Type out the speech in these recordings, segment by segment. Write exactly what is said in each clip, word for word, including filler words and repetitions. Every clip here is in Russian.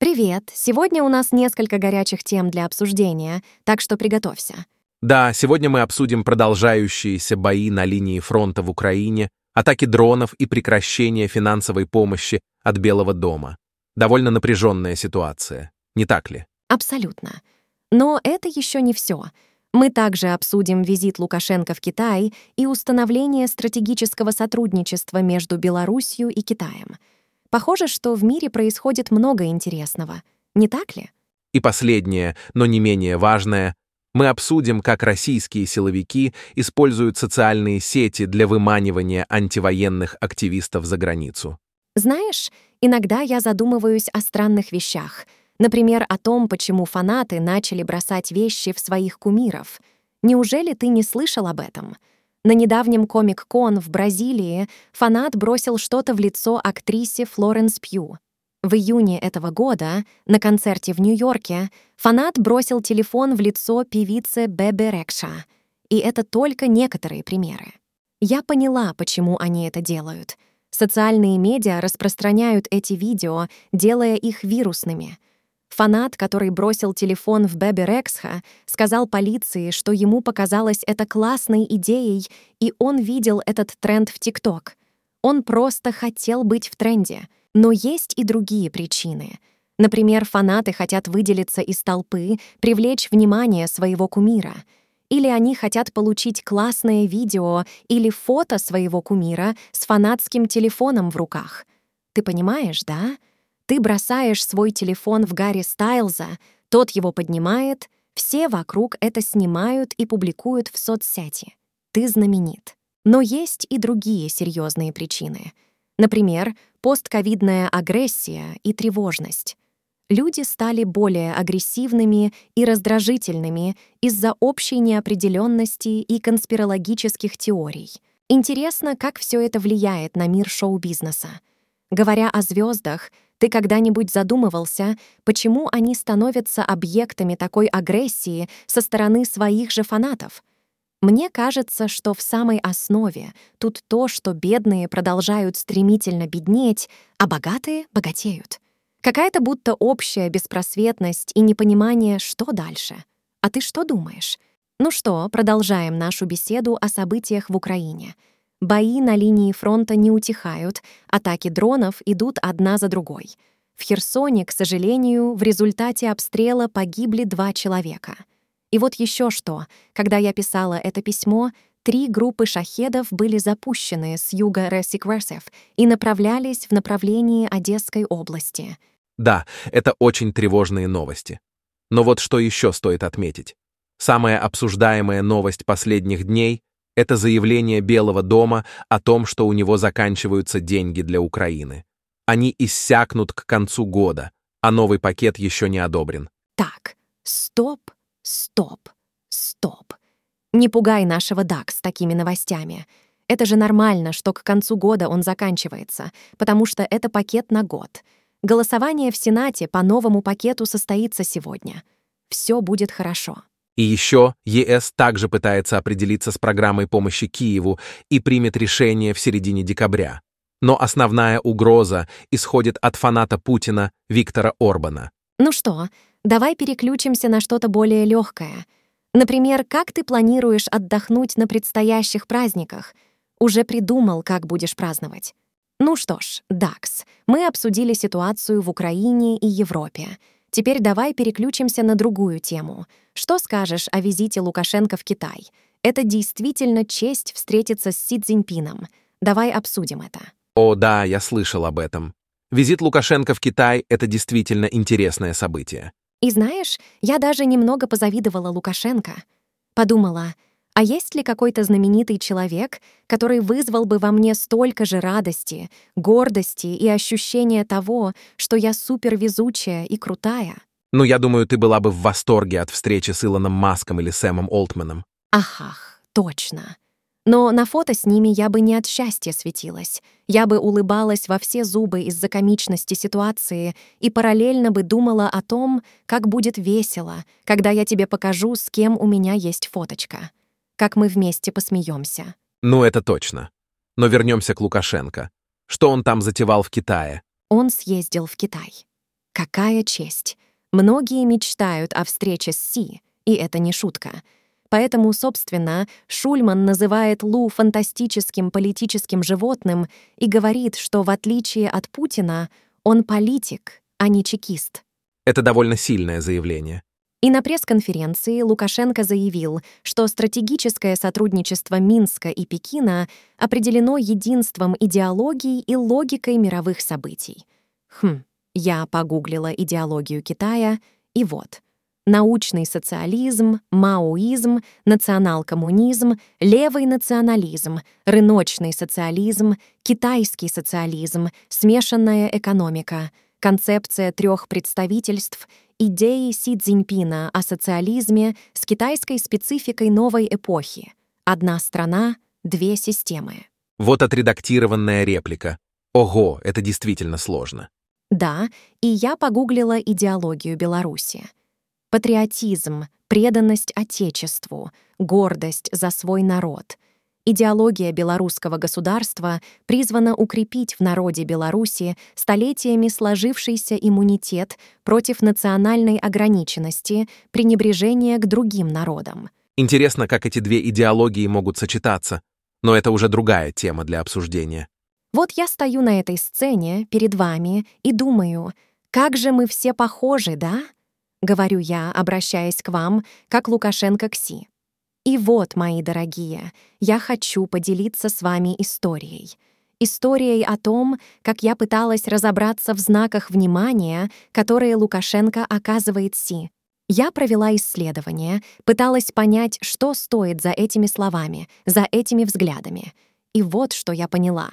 Привет! Сегодня у нас несколько горячих тем для обсуждения, так что приготовься. Да, сегодня мы обсудим продолжающиеся бои на линии фронта в Украине, атаки дронов и прекращение финансовой помощи от Белого дома. Довольно напряженная ситуация, не так ли? Абсолютно. Но это еще не все. Мы также обсудим визит Лукашенко в Китай и установление стратегического сотрудничества между Белоруссией и Китаем. Похоже, что в мире происходит много интересного, не так ли? И последнее, но не менее важное, мы обсудим, как российские силовики используют социальные сети для выманивания антивоенных активистов за границу. Знаешь, иногда я задумываюсь о странных вещах. Например, о том, почему фанаты начали бросать вещи в своих кумиров. Неужели ты не слышал об этом? На недавнем Комик-кон в Бразилии фанат бросил что-то в лицо актрисе Флоренс Пью. В июне этого года на концерте в Нью-Йорке фанат бросил телефон в лицо певице Бебе Рекша. И это только некоторые примеры. Я поняла, почему они это делают. Социальные медиа распространяют эти видео, делая их вирусными. Фанат, который бросил телефон в Бебе Рексха, сказал полиции, что ему показалось это классной идеей, и он видел этот тренд в ТикТок. Он просто хотел быть в тренде. Но есть и другие причины. Например, фанаты хотят выделиться из толпы, привлечь внимание своего кумира. Или они хотят получить классное видео или фото своего кумира с фанатским телефоном в руках. Ты понимаешь, да? Ты бросаешь свой телефон в Гарри Стайлза, тот его поднимает, все вокруг это снимают и публикуют в соцсети. Ты знаменит. Но есть и другие серьезные причины. Например, постковидная агрессия и тревожность. Люди стали более агрессивными и раздражительными из-за общей неопределенности и конспирологических теорий. Интересно, как все это влияет на мир шоу-бизнеса. Говоря о звездах, ты когда-нибудь задумывался, почему они становятся объектами такой агрессии со стороны своих же фанатов? Мне кажется, что в самой основе тут то, что бедные продолжают стремительно беднеть, а богатые богатеют. Какая-то будто общая беспросветность и непонимание, что дальше. А ты что думаешь? Ну что, продолжаем нашу беседу о событиях в Украине. Бои на линии фронта не утихают, атаки дронов идут одна за другой. В Херсоне, к сожалению, в результате обстрела погибли два человека. И вот еще что. Когда я писала это письмо, три группы шахедов были запущены с юга Ресикверсев и направлялись в направлении Одесской области. Да, это очень тревожные новости. Но вот что еще стоит отметить. Самая обсуждаемая новость последних дней — это заявление Белого дома о том, что у него заканчиваются деньги для Украины. Они иссякнут к концу года, а новый пакет еще не одобрен. Так, стоп, стоп, стоп. Не пугай нашего Дакс такими новостями. Это же нормально, что к концу года он заканчивается, потому что это пакет на год. Голосование в Сенате по новому пакету состоится сегодня. Все будет хорошо. И еще ЕС также пытается определиться с программой помощи Киеву и примет решение в середине декабря. Но основная угроза исходит от фаната Путина Виктора Орбана. Ну что, давай переключимся на что-то более легкое. Например, как ты планируешь отдохнуть на предстоящих праздниках? Уже придумал, как будешь праздновать? Ну что ж, Дакс, мы обсудили ситуацию в Украине и Европе. Теперь давай переключимся на другую тему. Что скажешь о визите Лукашенко в Китай? Это действительно честь встретиться с Си Цзиньпином. Давай обсудим это. О, да, я слышал об этом. Визит Лукашенко в Китай — это действительно интересное событие. И знаешь, я даже немного позавидовала Лукашенко. Подумала, а есть ли какой-то знаменитый человек, который вызвал бы во мне столько же радости, гордости и ощущения того, что я супервезучая и крутая? Ну, я думаю, ты была бы в восторге от встречи с Илоном Маском или Сэмом Олтманом. Ахах, точно. Но на фото с ними я бы не от счастья светилась. Я бы улыбалась во все зубы из-за комичности ситуации и параллельно бы думала о том, как будет весело, когда я тебе покажу, с кем у меня есть фоточка. Как мы вместе посмеемся. Ну, это точно. Но вернемся к Лукашенко. Что он там затевал в Китае? Он съездил в Китай. Какая честь! Многие мечтают о встрече с Си, и это не шутка. Поэтому, собственно, Шульман называет Лу фантастическим политическим животным и говорит, что в отличие от Путина, он политик, а не чекист. Это довольно сильное заявление. И на пресс-конференции Лукашенко заявил, что стратегическое сотрудничество Минска и Пекина определено единством идеологий и логикой мировых событий. Хм, я погуглила идеологию Китая, и вот. Научный социализм, маоизм, национал-коммунизм, левый национализм, рыночный социализм, китайский социализм, смешанная экономика, концепция трех представительств, идеи Си Цзиньпина о социализме с китайской спецификой новой эпохи. Одна страна, две системы. Вот отредактированная реплика. Ого, это действительно сложно. Да, и я погуглила идеологию Беларуси. Патриотизм, преданность Отечеству, гордость за свой народ. Идеология белорусского государства призвана укрепить в народе Беларуси столетиями сложившийся иммунитет против национальной ограниченности, пренебрежения к другим народам. Интересно, как эти две идеологии могут сочетаться, но это уже другая тема для обсуждения. Вот я стою на этой сцене перед вами и думаю, как же мы все похожи, да? Говорю я, обращаясь к вам, как Лукашенко к Си. И вот, мои дорогие, я хочу поделиться с вами историей. Историей о том, как я пыталась разобраться в знаках внимания, которые Лукашенко оказывает Си. Я провела исследование, пыталась понять, что стоит за этими словами, за этими взглядами. И вот что я поняла.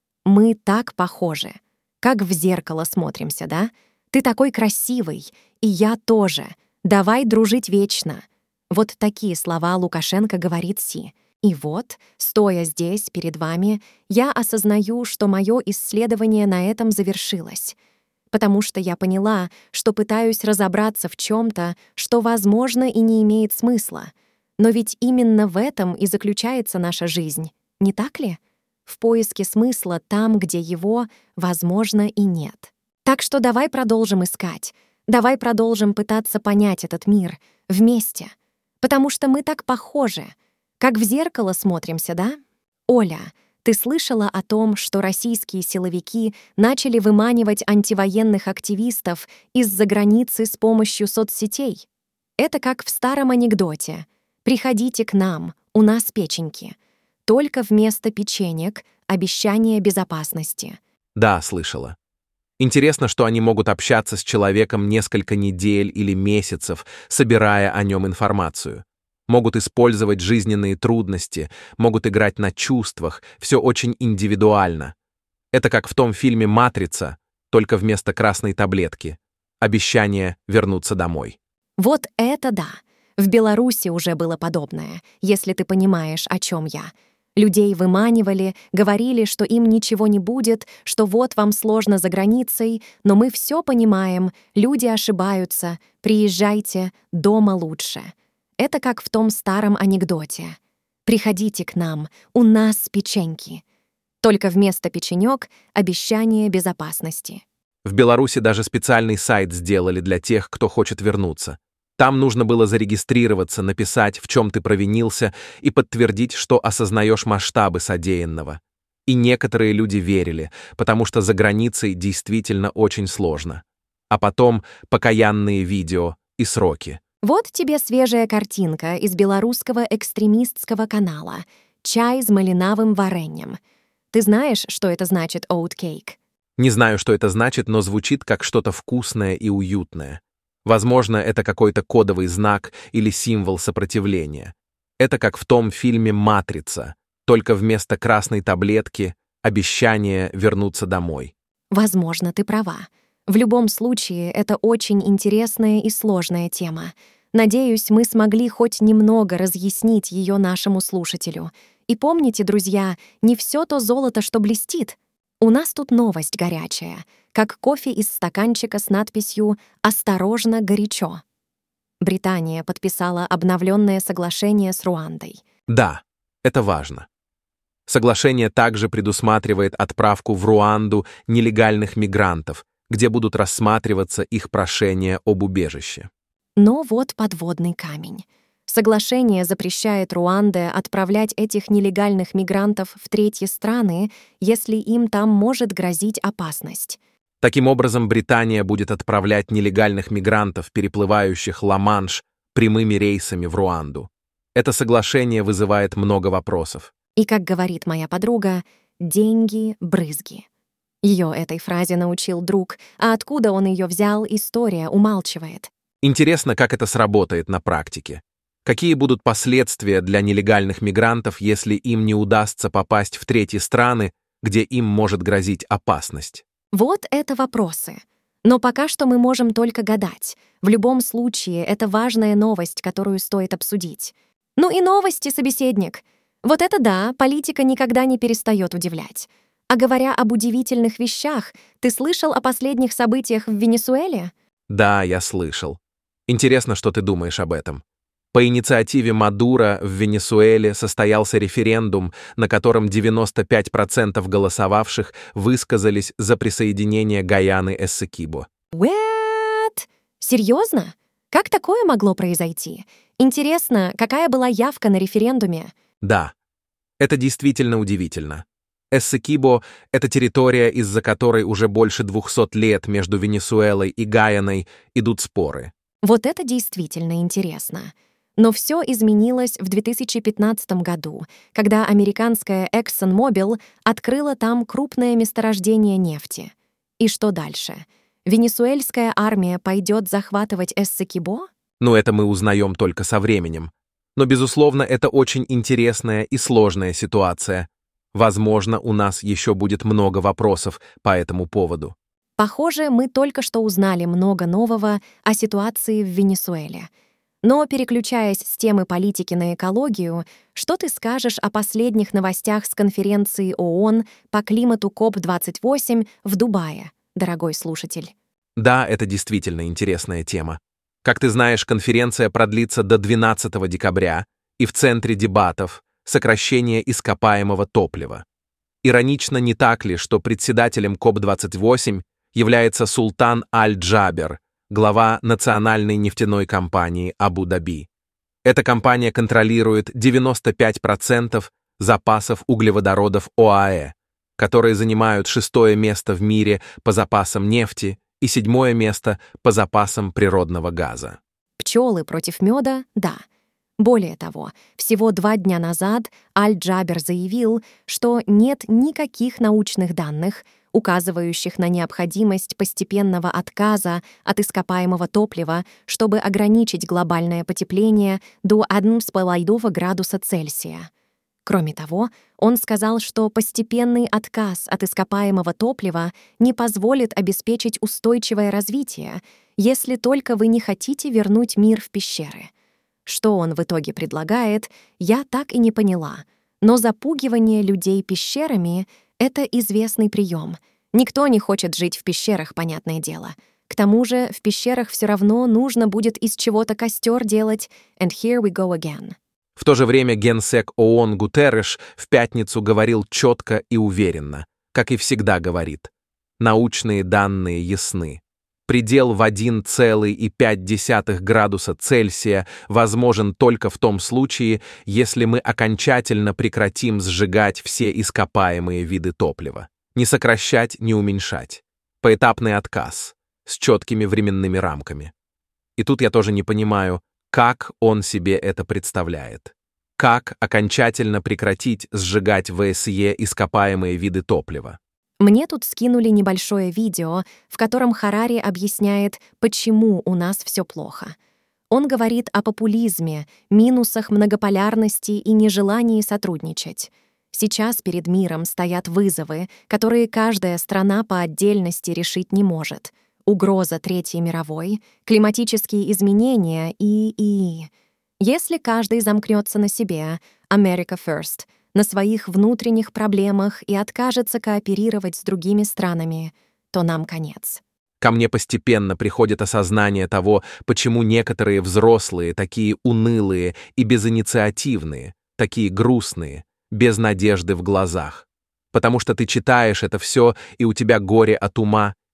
Мы так похожи. Как в зеркало смотримся, да? Ты такой красивый, и я тоже. Давай дружить вечно. Вот такие слова Лукашенко говорит Си. И вот, стоя здесь перед вами, я осознаю, что мое исследование на этом завершилось. Потому что я поняла, что пытаюсь разобраться в чем-то, что, возможно, и не имеет смысла. Но ведь именно в этом и заключается наша жизнь, не так ли? В поиске смысла там, где его, возможно, и нет. Так что давай продолжим искать. Давай продолжим пытаться понять этот мир вместе. Потому что мы так похожи. Как в зеркало смотримся, да? Оля, ты слышала о том, что российские силовики начали выманивать антивоенных активистов из-за границы с помощью соцсетей? Это как в старом анекдоте. «Приходите к нам, у нас печеньки». Только вместо печенек — обещание безопасности. Да, слышала. Интересно, что они могут общаться с человеком несколько недель или месяцев, собирая о нем информацию. Могут использовать жизненные трудности, могут играть на чувствах, все очень индивидуально. Это как в том фильме «Матрица», только вместо красной таблетки. Обещание вернуться домой. Вот это да! В Беларуси уже было подобное, если ты понимаешь, о чем я. Людей выманивали, говорили, что им ничего не будет, что вот вам сложно за границей, но мы все понимаем, люди ошибаются, приезжайте, дома лучше. Это как в том старом анекдоте. «Приходите к нам, у нас печеньки». Только вместо печенек — обещание безопасности. В Беларуси даже специальный сайт сделали для тех, кто хочет вернуться. Там нужно было зарегистрироваться, написать, в чем ты провинился, и подтвердить, что осознаешь масштабы содеянного. И некоторые люди верили, потому что за границей действительно очень сложно. А потом покаянные видео и сроки. Вот тебе свежая картинка из белорусского экстремистского канала «Чай с малиновым вареньем». Ты знаешь, что это значит oat cake? Не знаю, что это значит, но звучит как что-то вкусное и уютное. Возможно, это какой-то кодовый знак или символ сопротивления. Это как в том фильме «Матрица», только вместо красной таблетки — обещание вернуться домой. Возможно, ты права. В любом случае, это очень интересная и сложная тема. Надеюсь, мы смогли хоть немного разъяснить ее нашему слушателю. И помните, друзья, не все то золото, что блестит. У нас тут новость горячая, как кофе из стаканчика с надписью «Осторожно, горячо». Британия подписала обновленное соглашение с Руандой. Да, это важно. Соглашение также предусматривает отправку в Руанду нелегальных мигрантов, где будут рассматриваться их прошения об убежище. Но вот подводный камень. Соглашение запрещает Руанде отправлять этих нелегальных мигрантов в третьи страны, если им там может грозить опасность. Таким образом, Британия будет отправлять нелегальных мигрантов, переплывающих Ла-Манш, прямыми рейсами в Руанду. Это соглашение вызывает много вопросов. И, как говорит моя подруга, деньги — брызги. Ее этой фразе научил друг, а откуда он ее взял, история умалчивает. Интересно, как это сработает на практике. Какие будут последствия для нелегальных мигрантов, если им не удастся попасть в третьи страны, где им может грозить опасность? Вот это вопросы. Но пока что мы можем только гадать. В любом случае, это важная новость, которую стоит обсудить. Ну и новости, собеседник. Вот это да, политика никогда не перестает удивлять. А говоря об удивительных вещах, ты слышал о последних событиях в Венесуэле? Да, я слышал. Интересно, что ты думаешь об этом. По инициативе Мадуро в Венесуэле состоялся референдум, на котором девяносто пять процентов голосовавших высказались за присоединение Гайаны Эссекибо. What? Серьезно? Как такое могло произойти? Интересно, какая была явка на референдуме? Да, это действительно удивительно. Эссекибо — это территория, из-за которой уже больше двухсот лет между Венесуэлой и Гайаной идут споры. Вот это действительно интересно. Но все изменилось в две тысячи пятнадцатом году, когда американская ExxonMobil открыла там крупное месторождение нефти. И что дальше? Венесуэльская армия пойдет захватывать Эссекибо? Ну, это мы узнаем только со временем. Но, безусловно, это очень интересная и сложная ситуация. Возможно, у нас еще будет много вопросов по этому поводу. Похоже, мы только что узнали много нового о ситуации в Венесуэле. Но, переключаясь с темы политики на экологию, что ты скажешь о последних новостях с конференции ООН по климату коп двадцать восемь в Дубае, дорогой слушатель? Да, это действительно интересная тема. Как ты знаешь, конференция продлится до двенадцатого декабря, и в центре дебатов сокращение ископаемого топлива. Иронично, не так ли, что председателем коп двадцать восемь является Султан Аль-Джабер, глава национальной нефтяной компании Абу-Даби. Эта компания контролирует девяносто пять процентов запасов углеводородов ОАЭ, которые занимают шестое место в мире по запасам нефти и седьмое место по запасам природного газа. Пчелы против меда — да. Более того, всего два дня назад Аль-Джабер заявил, что нет никаких научных данных, указывающих на необходимость постепенного отказа от ископаемого топлива, чтобы ограничить глобальное потепление до одного с половиной градуса Цельсия. Кроме того, он сказал, что постепенный отказ от ископаемого топлива не позволит обеспечить устойчивое развитие, если только вы не хотите вернуть мир в пещеры. Что он в итоге предлагает, я так и не поняла. Но запугивание людей пещерами — это известный прием. Никто не хочет жить в пещерах, понятное дело. К тому же в пещерах все равно нужно будет из чего-то костер делать. And here we go again. В то же время генсек ООН Гутерреш в пятницу говорил четко и уверенно, как и всегда говорит. Научные данные ясны. Предел в один целых пять десятых градуса Цельсия возможен только в том случае, если мы окончательно прекратим сжигать все ископаемые виды топлива. Не сокращать, не уменьшать. Поэтапный отказ, с четкими временными рамками. И тут я тоже не понимаю, как он себе это представляет. Как окончательно прекратить сжигать в ВСЕ ископаемые виды топлива? Мне тут скинули небольшое видео, в котором Харари объясняет, почему у нас все плохо. Он говорит о популизме, минусах многополярности и нежелании сотрудничать. Сейчас перед миром стоят вызовы, которые каждая страна по отдельности решить не может. Угроза Третьей мировой, климатические изменения и... и... Если каждый замкнется на себе, America First, на своих внутренних проблемах и откажется кооперировать с другими странами, то нам конец. Ко мне постепенно приходит осознание того, почему некоторые взрослые такие унылые и безинициативные, такие грустные, без надежды в глазах. Потому что ты читаешь это все, и у тебя горе от ума,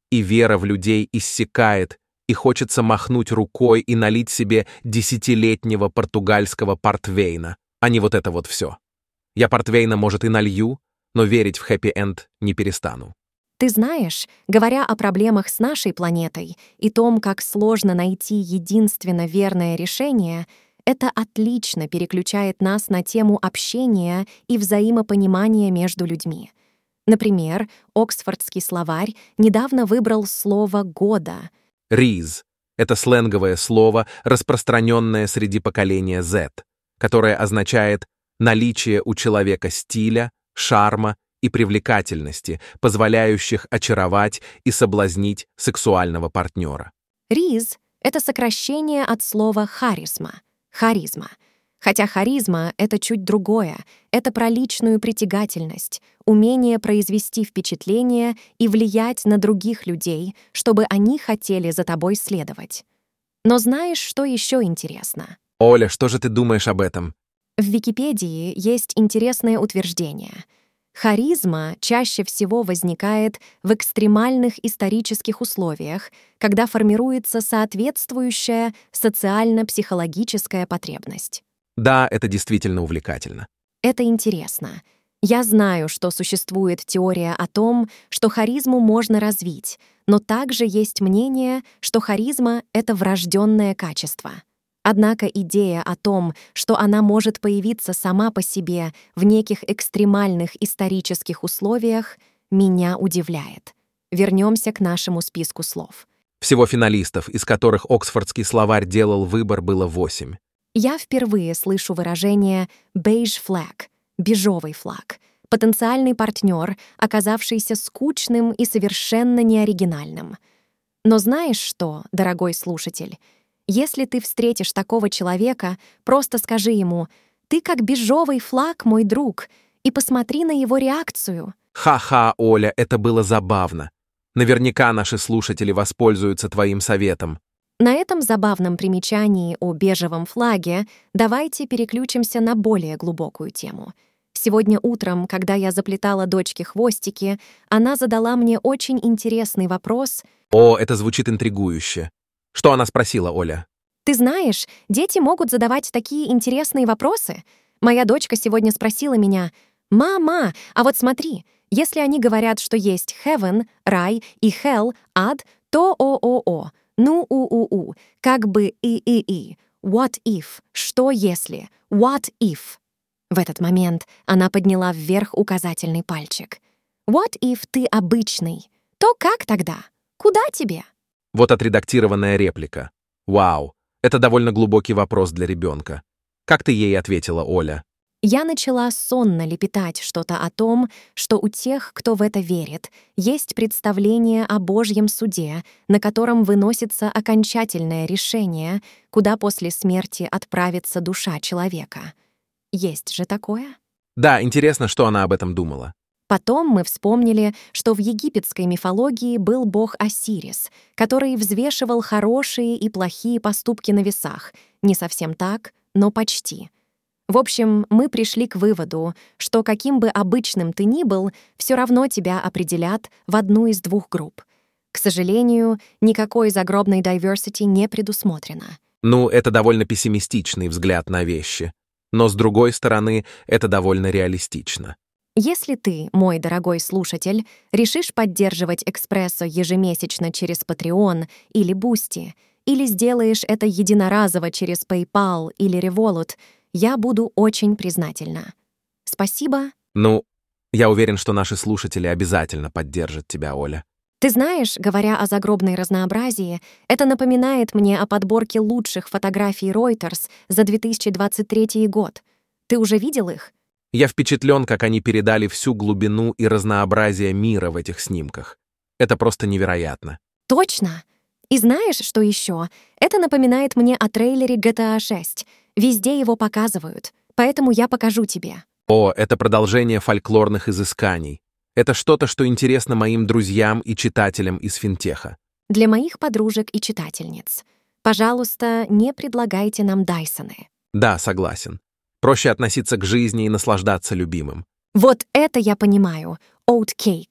и вера в людей иссякает, и хочется махнуть рукой и налить себе десятилетнего португальского портвейна, а не вот это вот все. Я портвейна, может, и налью, но верить в хэппи-энд не перестану. Ты знаешь, говоря о проблемах с нашей планетой и том, как сложно найти единственно верное решение, это отлично переключает нас на тему общения и взаимопонимания между людьми. Например, Оксфордский словарь недавно выбрал слово года. Риз — это сленговое слово, распространенное среди поколения Z, которое означает наличие у человека стиля, шарма и привлекательности, позволяющих очаровать и соблазнить сексуального партнера. Риз — это сокращение от слова харизма, харизма. Хотя харизма — это чуть другое, это про личную притягательность, умение произвести впечатление и влиять на других людей, чтобы они хотели за тобой следовать. Но знаешь, что еще интересно? Оля, что же ты думаешь об этом? В Википедии есть интересное утверждение. Харизма чаще всего возникает в экстремальных исторических условиях, когда формируется соответствующая социально-психологическая потребность. Да, это действительно увлекательно. Это интересно. Я знаю, что существует теория о том, что харизму можно развить, но также есть мнение, что харизма — это врожденное качество. Однако идея о том, что она может появиться сама по себе в неких экстремальных исторических условиях, меня удивляет. Вернемся к нашему списку слов. Всего финалистов, из которых Оксфордский словарь делал выбор, было восемь. Я впервые слышу выражение «beige flag» — «бежовый флаг», потенциальный партнер, оказавшийся скучным и совершенно неоригинальным. Но знаешь что, дорогой слушатель? Если ты встретишь такого человека, просто скажи ему «ты как бежовый флаг, мой друг», и посмотри на его реакцию. Ха-ха, Оля, это было забавно. Наверняка наши слушатели воспользуются твоим советом. На этом забавном примечании о бежевом флаге давайте переключимся на более глубокую тему. Сегодня утром, когда я заплетала дочке хвостики, она задала мне очень интересный вопрос. О, это звучит интригующе. Что она спросила, Оля? Ты знаешь, дети могут задавать такие интересные вопросы. Моя дочка сегодня спросила меня: «Мама, а вот смотри, если они говорят, что есть heaven, рай, и hell, ад, то о-о-о, ну у-у-у, как бы и-и-и, what if, что если, what if». В этот момент она подняла вверх указательный пальчик. «What if ты обычный? То как тогда? Куда тебе?» Вот отредактированная реплика. Вау, это довольно глубокий вопрос для ребенка. Как ты ей ответила, Оля? Я начала сонно лепетать что-то о том, что у тех, кто в это верит, есть представление о Божьем суде, на котором выносится окончательное решение, куда после смерти отправится душа человека. Есть же такое? Да, интересно, что она об этом думала. Потом мы вспомнили, что в египетской мифологии был бог Осирис, который взвешивал хорошие и плохие поступки на весах. Не совсем так, но почти. В общем, мы пришли к выводу, что каким бы обычным ты ни был, все равно тебя определят в одну из двух групп. К сожалению, никакой загробной diversity не предусмотрено. Ну, это довольно пессимистичный взгляд на вещи. Но, с другой стороны, это довольно реалистично. Если ты, мой дорогой слушатель, решишь поддерживать «Экспрессо» ежемесячно через Patreon или Boosty, или сделаешь это единоразово через PayPal или Revolut, я буду очень признательна. Спасибо. Ну, я уверен, что наши слушатели обязательно поддержат тебя, Оля. Ты знаешь, говоря о загробной разнообразии, это напоминает мне о подборке лучших фотографий Reuters за две тысячи двадцать третий год. Ты уже видел их? Я впечатлен, как они передали всю глубину и разнообразие мира в этих снимках. Это просто невероятно. Точно! И знаешь, что еще? Это напоминает мне о трейлере джи ти эй шесть. Везде его показывают, поэтому я покажу тебе. О, это продолжение фольклорных изысканий. Это что-то, что интересно моим друзьям и читателям из финтеха. Для моих подружек и читательниц. Пожалуйста, не предлагайте нам Дайсоны. Да, согласен. Проще относиться к жизни и наслаждаться любимым. Вот это я понимаю. Oat cake.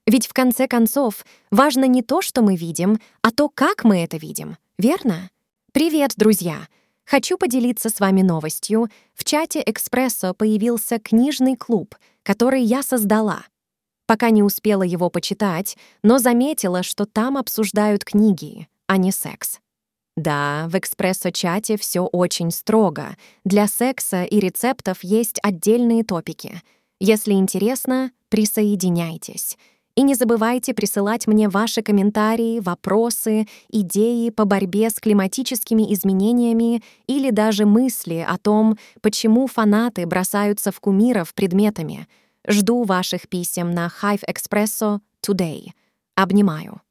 Ведь в конце концов важно не то, что мы видим, а то, как мы это видим, верно? Привет, друзья! Хочу поделиться с вами новостью. В чате «Экспрессо» появился книжный клуб, который я создала. Пока не успела его почитать, но заметила, что там обсуждают книги, а не секс. Да, в «Экспрессо»-чате все очень строго. Для секса и рецептов есть отдельные топики. Если интересно, присоединяйтесь. И не забывайте присылать мне ваши комментарии, вопросы, идеи по борьбе с климатическими изменениями или даже мысли о том, почему фанаты бросаются в кумиров предметами. Жду ваших писем на Hive Espresso Today. Обнимаю.